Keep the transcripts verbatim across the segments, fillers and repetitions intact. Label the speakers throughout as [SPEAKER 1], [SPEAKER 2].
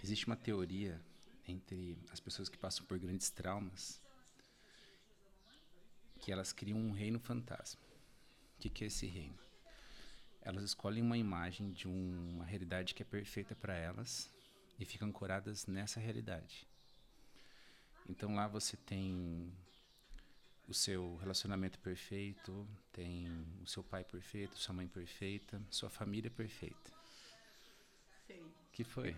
[SPEAKER 1] Existe uma teoria entre as pessoas que passam por grandes traumas que elas criam um reino fantasma. O que, que é esse reino? Elas escolhem uma imagem de um, uma realidade que é perfeita para elas e ficam ancoradas nessa realidade. Então lá você tem o seu relacionamento perfeito, tem o seu pai perfeito, sua mãe perfeita, sua família perfeita.
[SPEAKER 2] Sei.
[SPEAKER 1] Que foi?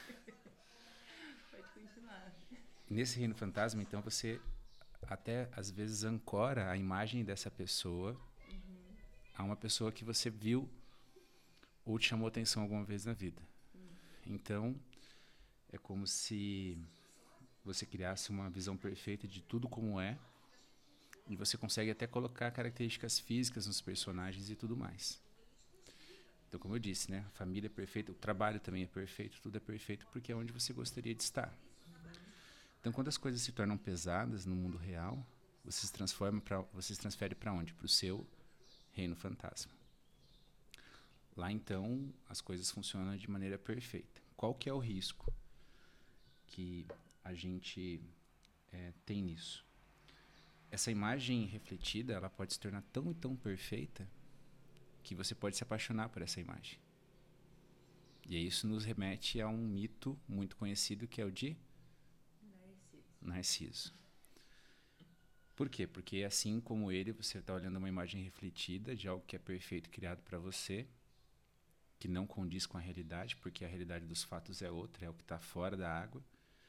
[SPEAKER 2] Pode continuar.
[SPEAKER 1] Nesse reino fantasma, então, você até às vezes ancora a imagem dessa pessoa
[SPEAKER 2] Uhum.
[SPEAKER 1] a uma pessoa que você viu ou te chamou atenção alguma vez na vida.
[SPEAKER 2] Hum.
[SPEAKER 1] Então, é como se você criasse uma visão perfeita de tudo como é, e você consegue até colocar características físicas nos personagens e tudo mais. Então, como eu disse, né, a família é perfeita, o trabalho também é perfeito, tudo é perfeito porque é onde você gostaria de estar.
[SPEAKER 2] Uhum.
[SPEAKER 1] Então, quando as coisas se tornam pesadas no mundo real, você se transforma para, você se transfere para onde? Para o seu reino fantasma. Lá, então, as coisas funcionam de maneira perfeita. Qual que é o risco que a gente é, tem nisso? Essa imagem refletida, ela pode se tornar tão e tão perfeita que você pode se apaixonar por essa imagem. E isso nos remete a um mito muito conhecido que é o de
[SPEAKER 2] Narciso.
[SPEAKER 1] Narciso. Por quê? Porque assim como ele, você está olhando uma imagem refletida de algo que é perfeito criado para você, que não condiz com a realidade, porque a realidade dos fatos é outra, é o que está fora da água.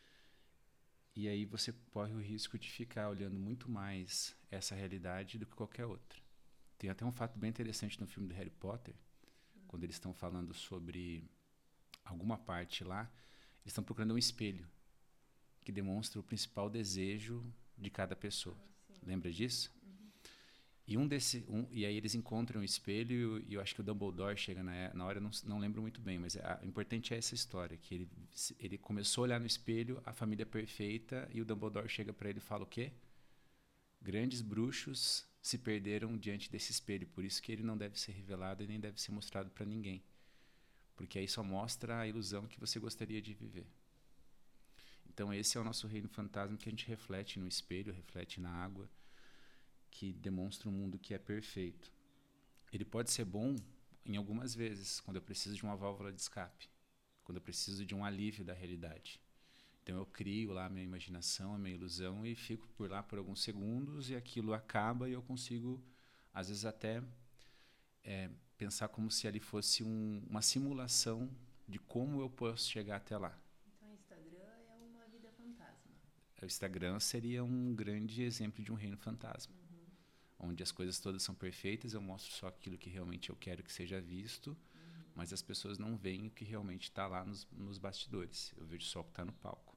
[SPEAKER 1] E aí você corre o risco de ficar olhando muito mais essa realidade do que qualquer outra. Tem até um fato bem interessante no filme do Harry Potter, quando eles estão falando sobre alguma parte lá, eles estão procurando um espelho que demonstra o principal desejo de cada pessoa.
[SPEAKER 2] Ah, sim.
[SPEAKER 1] Lembra disso?
[SPEAKER 2] Uhum.
[SPEAKER 1] E um desse, um, e aí eles encontram o espelho e eu acho que o Dumbledore chega na, na hora, eu não, não lembro muito bem, mas a, o importante é essa história, que ele, ele começou a olhar no espelho, a família perfeita, e o Dumbledore chega para ele e fala o quê? Grandes bruxos se perderam diante desse espelho, por isso que ele não deve ser revelado e nem deve ser mostrado para ninguém. Porque aí só mostra a ilusão que você gostaria de viver. Então esse é o nosso reino fantasma que a gente reflete no espelho, reflete na água, que demonstra um mundo que é perfeito. Ele pode ser bom em algumas vezes, quando eu preciso de uma válvula de escape, quando eu preciso de um alívio da realidade. Então eu crio lá a minha imaginação, a minha ilusão e fico por lá por alguns segundos e aquilo acaba e eu consigo, às vezes até é, pensar como se ali fosse um, uma simulação de como eu posso chegar até lá.
[SPEAKER 2] Então, Instagram é uma vida fantasma.
[SPEAKER 1] O Instagram seria um grande exemplo de um reino fantasma,
[SPEAKER 2] Uhum.
[SPEAKER 1] onde as coisas todas são perfeitas, eu mostro só aquilo que realmente eu quero que seja visto,
[SPEAKER 2] Uhum.
[SPEAKER 1] mas as pessoas não veem o que realmente está lá nos, nos bastidores. Eu vejo só o que está no palco.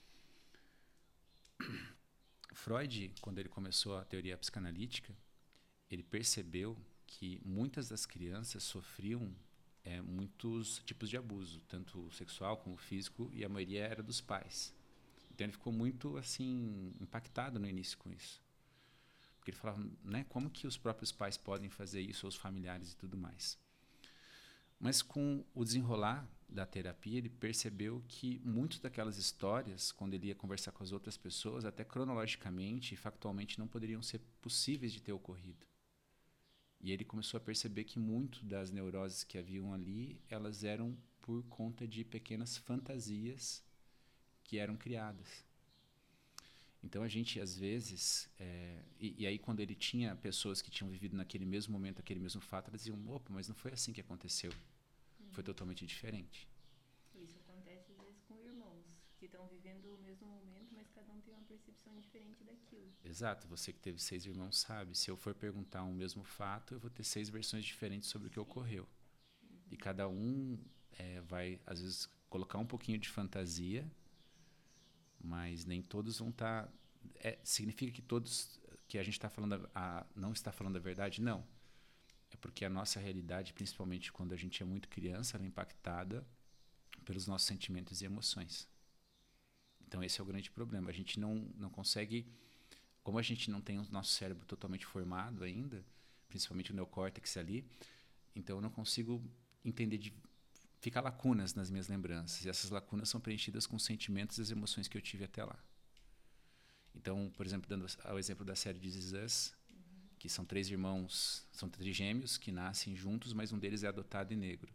[SPEAKER 1] Freud, quando ele começou a teoria psicanalítica, ele percebeu que muitas das crianças sofriam é, muitos tipos de abuso, tanto sexual como físico, e a maioria era dos pais. Então ele ficou muito assim impactado no início com isso. Porque ele falava, né, como que os próprios pais podem fazer isso, ou os familiares e tudo mais. Mas com o desenrolar da terapia, ele percebeu que muitas daquelas histórias, quando ele ia conversar com as outras pessoas, até cronologicamente e factualmente não poderiam ser possíveis de ter ocorrido. E ele começou a perceber que muito das neuroses que haviam ali, elas eram por conta de pequenas fantasias que eram criadas. Então a gente às vezes, é, e, e aí quando ele tinha pessoas que tinham vivido naquele mesmo momento, aquele mesmo fato, elas diziam, opa, mas não foi assim que aconteceu. Foi
[SPEAKER 2] Uhum.
[SPEAKER 1] totalmente diferente.
[SPEAKER 2] Isso acontece às vezes com irmãos que estão vivendo o mesmo momento, mas cada um tem uma percepção diferente daquilo.
[SPEAKER 1] Exato, você que teve seis irmãos sabe, se eu for perguntar um mesmo fato, eu vou ter seis versões diferentes sobre o que
[SPEAKER 2] Sim.
[SPEAKER 1] ocorreu. E
[SPEAKER 2] Uhum.
[SPEAKER 1] cada um é, vai, às vezes, colocar um pouquinho de fantasia, mas nem todos vão estar... Tá, é, significa que todos que a gente está falando a, a, não está falando a verdade? Não. É porque a nossa realidade, principalmente quando a gente é muito criança, ela é impactada pelos nossos sentimentos e emoções. Então esse é o grande problema. A gente não, não consegue, como a gente não tem o nosso cérebro totalmente formado ainda, principalmente o neocórtex ali, então eu não consigo entender de, fica lacunas nas minhas lembranças. E essas lacunas são preenchidas com os sentimentos e as emoções que eu tive até lá. Então, por exemplo, dando o exemplo da série This Is Us, que são três irmãos, são trigêmeos que nascem juntos, mas um deles é adotado e negro.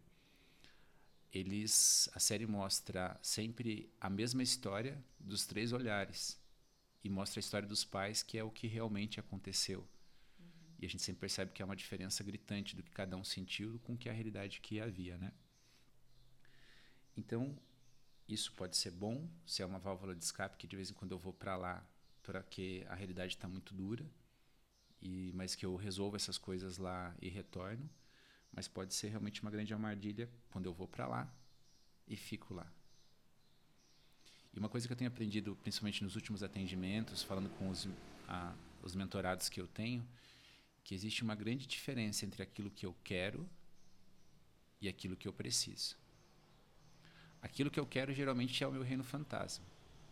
[SPEAKER 1] Eles, a série mostra sempre a mesma história dos três olhares e mostra a história dos pais, que é o que realmente aconteceu. Uhum. E a gente sempre percebe que há uma diferença gritante do que cada um sentiu com que a realidade que havia, né? Então, isso pode ser bom, se é uma válvula de escape que de vez em quando eu vou para lá, porque a realidade está muito dura, e, mas que eu resolvo essas coisas lá e retorno. Mas pode ser realmente uma grande armadilha quando eu vou para lá e fico lá. E uma coisa que eu tenho aprendido, principalmente nos últimos atendimentos, falando com os, a, os mentorados que eu tenho, que existe uma grande diferença entre aquilo que eu quero e aquilo que eu preciso. Aquilo que eu quero geralmente é o meu reino fantasma.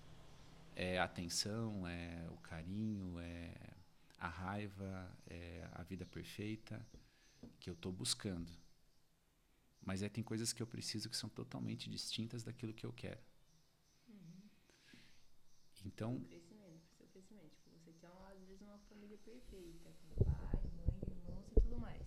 [SPEAKER 1] É a atenção, é o carinho, é a raiva, é a vida perfeita que eu estou buscando. Mas é, tem coisas que eu preciso que são totalmente distintas daquilo que eu quero.
[SPEAKER 2] Uhum.
[SPEAKER 1] Então...
[SPEAKER 2] Pro crescimento, pro seu crescimento. Tipo, você quer, uma, às vezes, uma família perfeita, com pai, mãe, irmãos e tudo mais.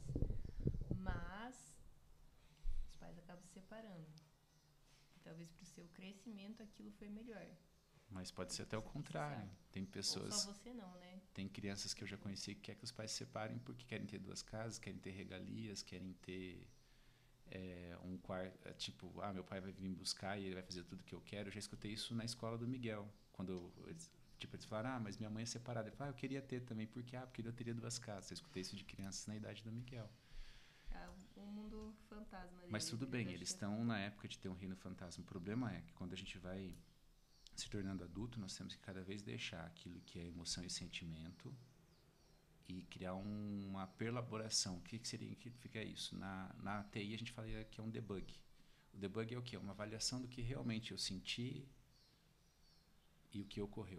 [SPEAKER 2] Mas os pais acabam se separando. Talvez pro seu crescimento aquilo foi melhor.
[SPEAKER 1] Mas pode ser até o contrário. Tem pessoas...
[SPEAKER 2] Ou só você não, né?
[SPEAKER 1] Tem crianças que eu já conheci que querem que os pais se separem porque querem ter duas casas, querem ter regalias, querem ter é, um quarto... É, tipo, ah, meu pai vai vir me buscar e ele vai fazer tudo que eu quero. Eu já escutei isso na escola do Miguel. Quando eles, tipo, eles falaram, ah, mas minha mãe é separada. Ele falou, ah, eu queria ter também. Por quê? Ah, porque eu teria duas casas. Eu escutei isso de crianças na idade do Miguel.
[SPEAKER 2] É um mundo fantasma deles.
[SPEAKER 1] Mas tudo bem, eles estão na época de ter um reino fantasma. O problema é que quando a gente vai se tornando adulto, nós temos que cada vez deixar aquilo que é emoção e sentimento e criar um, uma perlaboração. O que, que seria, que fica isso? Na, na T I a gente fala que é um debug. O debug é o quê? Uma avaliação do que realmente eu senti e o que ocorreu.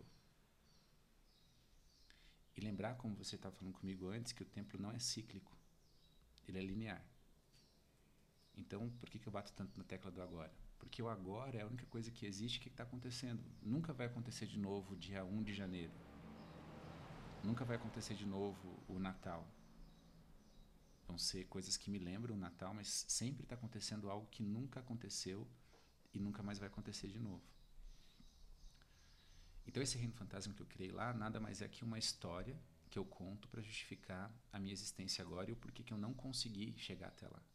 [SPEAKER 1] E lembrar, como você estava falando comigo antes, que o tempo não é cíclico, ele é linear. Então, por que, que eu bato tanto na tecla do agora? Porque o agora é a única coisa que existe que está acontecendo. Nunca vai acontecer de novo dia primeiro de janeiro. Nunca vai acontecer de novo o Natal. Vão ser coisas que me lembram o Natal, mas sempre está acontecendo algo que nunca aconteceu e nunca mais vai acontecer de novo. Então esse reino fantasma que eu criei lá nada mais é que uma história que eu conto para justificar a minha existência agora e o porquê que eu não consegui chegar até lá.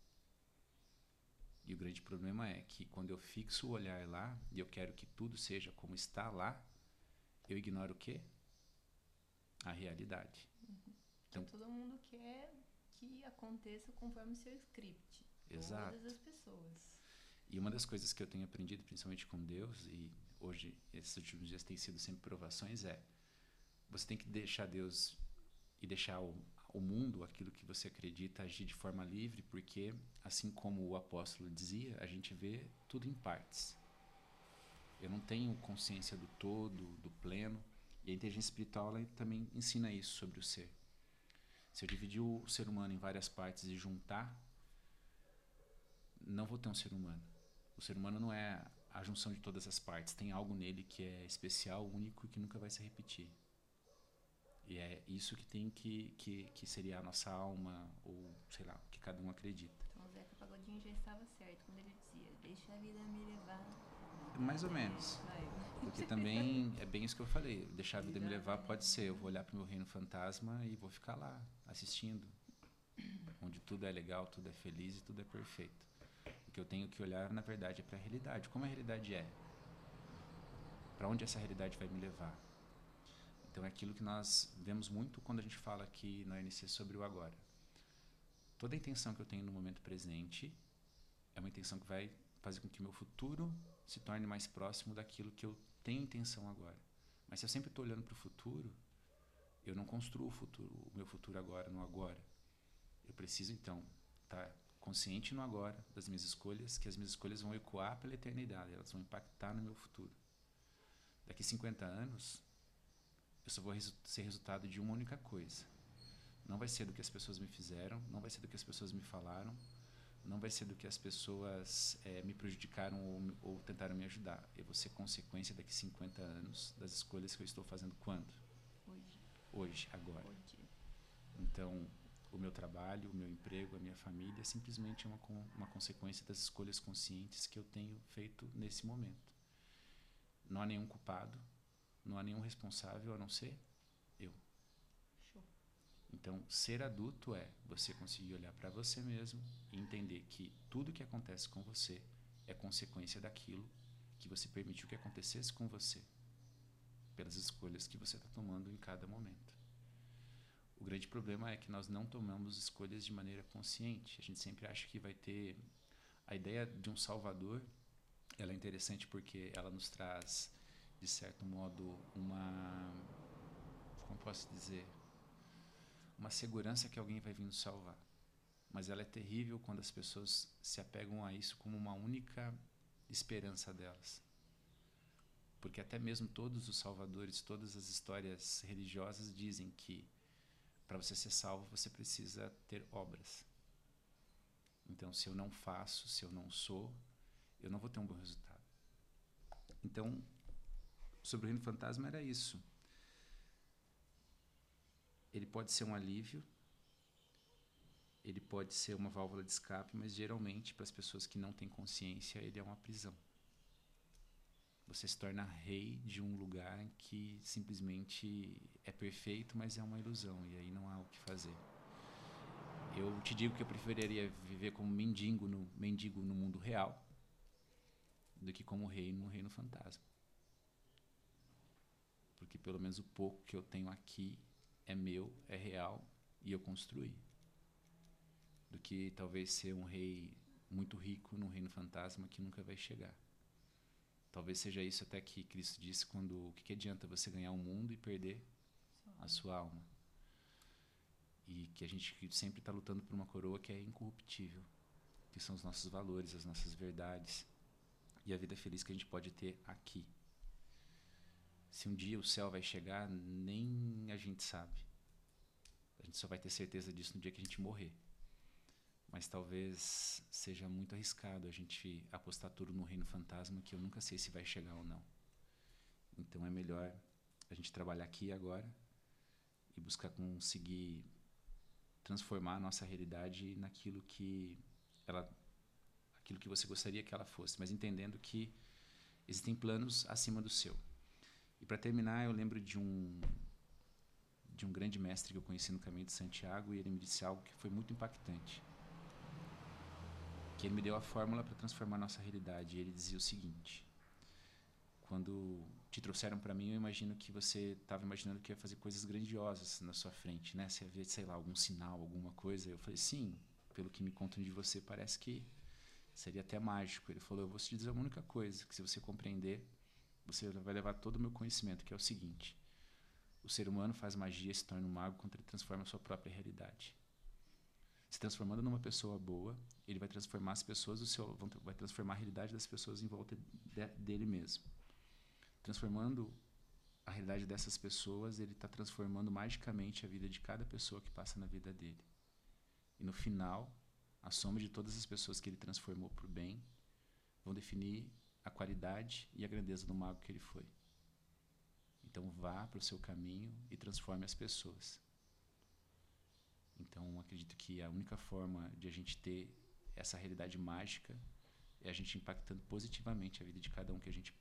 [SPEAKER 1] E o grande problema é que quando eu fixo o olhar lá e eu quero que tudo seja como está lá, eu ignoro o quê? A realidade.
[SPEAKER 2] Uhum. Então, todo mundo quer que aconteça conforme o seu script.
[SPEAKER 1] Exato.
[SPEAKER 2] Todas as pessoas.
[SPEAKER 1] E uma das coisas que eu tenho aprendido, principalmente com Deus, e hoje, esses últimos dias têm sido sempre provações, é você tem que deixar Deus e deixar o, o mundo, aquilo que você acredita, agir de forma livre, porque, assim como o apóstolo dizia, a gente vê tudo em partes. Eu não tenho consciência do todo, do pleno, e a inteligência espiritual ela também ensina isso sobre o ser. Se eu dividir o ser humano em várias partes e juntar, não vou ter um ser humano. O ser humano não é a junção de todas as partes. Tem algo nele que é especial, único e que nunca vai se repetir. E é isso que tem que, que, que seria a nossa alma, ou sei lá, o que cada um acredita.
[SPEAKER 2] Então o Zeca Pagodinho já estava certo quando ele dizia, deixa a vida me levar.
[SPEAKER 1] Mais ou menos. Porque também é bem isso que eu falei. Deixar a vida me levar pode ser. Eu vou olhar para o meu reino fantasma e vou ficar lá, assistindo. Onde tudo é legal, tudo é feliz e tudo é perfeito. O que eu tenho que olhar, na verdade, é para a realidade. Como a realidade é? Para onde essa realidade vai me levar? Então é aquilo que nós vemos muito quando a gente fala aqui na O N C sobre o agora. Toda a intenção que eu tenho no momento presente é uma intenção que vai fazer com que o meu futuro se torne mais próximo daquilo que eu tenho intenção agora. Mas se eu sempre estou olhando para o futuro, eu não construo o futuro, o meu futuro agora, no agora. Eu preciso, então, estar consciente no agora das minhas escolhas, que as minhas escolhas vão ecoar pela eternidade, elas vão impactar no meu futuro. Daqui cinquenta anos, eu só vou resu- ser resultado de uma única coisa. Não vai ser do que as pessoas me fizeram, não vai ser do que as pessoas me falaram, não vai ser do que as pessoas é, me prejudicaram ou, ou tentaram me ajudar. Eu vou ser consequência daqui cinquenta anos das escolhas que eu estou fazendo quando?
[SPEAKER 2] Hoje.
[SPEAKER 1] Hoje, agora.
[SPEAKER 2] Hoje.
[SPEAKER 1] Então, o meu trabalho, o meu emprego, a minha família, é simplesmente uma, uma consequência das escolhas conscientes que eu tenho feito nesse momento. Não há nenhum culpado, não há nenhum responsável a não ser eu.
[SPEAKER 2] Show.
[SPEAKER 1] Então, ser adulto é você conseguir olhar para você mesmo e entender que tudo que acontece com você é consequência daquilo que você permitiu que acontecesse com você, pelas escolhas que você está tomando em cada momento. O grande problema é que nós não tomamos escolhas de maneira consciente. A gente sempre acha que vai ter... A ideia de um salvador, ela é interessante porque ela nos traz, de certo modo, uma... Como posso dizer? Uma segurança que alguém vai vir nos salvar. Mas ela é terrível quando as pessoas se apegam a isso como uma única esperança delas. Porque até mesmo todos os salvadores, todas as histórias religiosas dizem que para você ser salvo, você precisa ter obras. Então, se eu não faço, se eu não sou, eu não vou ter um bom resultado. Então, sobre o Reino Fantasma era isso. Ele pode ser um alívio, ele pode ser uma válvula de escape, mas geralmente, para as pessoas que não têm consciência, ele é uma prisão. Você se torna rei de um lugar que simplesmente é perfeito, mas é uma ilusão, e aí não há o que fazer. Eu te digo que eu preferiria viver como mendigo no, mendigo no mundo real do que como rei no reino fantasma. Porque pelo menos o pouco que eu tenho aqui é meu, é real, e eu construí. Do que talvez ser um rei muito rico num reino fantasma que nunca vai chegar. Talvez seja isso até que Cristo disse quando o que, que adianta você ganhar o mundo e perder a sua alma. E que a gente sempre está lutando por uma coroa que é incorruptível, que são os nossos valores, as nossas verdades e a vida feliz que a gente pode ter aqui. Se um dia o céu vai chegar, nem a gente sabe. A gente só vai ter certeza disso no dia que a gente morrer. Mas talvez seja muito arriscado a gente apostar tudo no reino fantasma, que eu nunca sei se vai chegar ou não. Então é melhor a gente trabalhar aqui e agora e buscar conseguir transformar a nossa realidade naquilo que ela, aquilo que você gostaria que ela fosse, mas entendendo que existem planos acima do seu. E para terminar, eu lembro de um de um grande mestre que eu conheci no Caminho de Santiago, e ele me disse algo que foi muito impactante. Que ele me deu a fórmula para transformar a nossa realidade. E ele dizia o seguinte: quando te trouxeram para mim, eu imagino que você estava imaginando que ia fazer coisas grandiosas na sua frente, né? Você ia ver, sei lá, algum sinal, alguma coisa. Eu falei, sim, pelo que me contam de você, parece que seria até mágico. Ele falou, eu vou te dizer uma única coisa, que se você compreender, você vai levar todo o meu conhecimento, que é o seguinte: o ser humano faz magia e se torna um mago quando ele transforma a sua própria realidade. Se transformando numa pessoa boa, ele vai transformar as pessoas do seu, vai transformar a realidade das pessoas em volta de, dele mesmo. Transformando a realidade dessas pessoas, ele está transformando magicamente a vida de cada pessoa que passa na vida dele. E no final, a soma de todas as pessoas que ele transformou por bem vão definir a qualidade e a grandeza do mago que ele foi. Então vá para o seu caminho e transforme as pessoas. Então, acredito que a única forma de a gente ter essa realidade mágica é a gente impactando positivamente a vida de cada um que a gente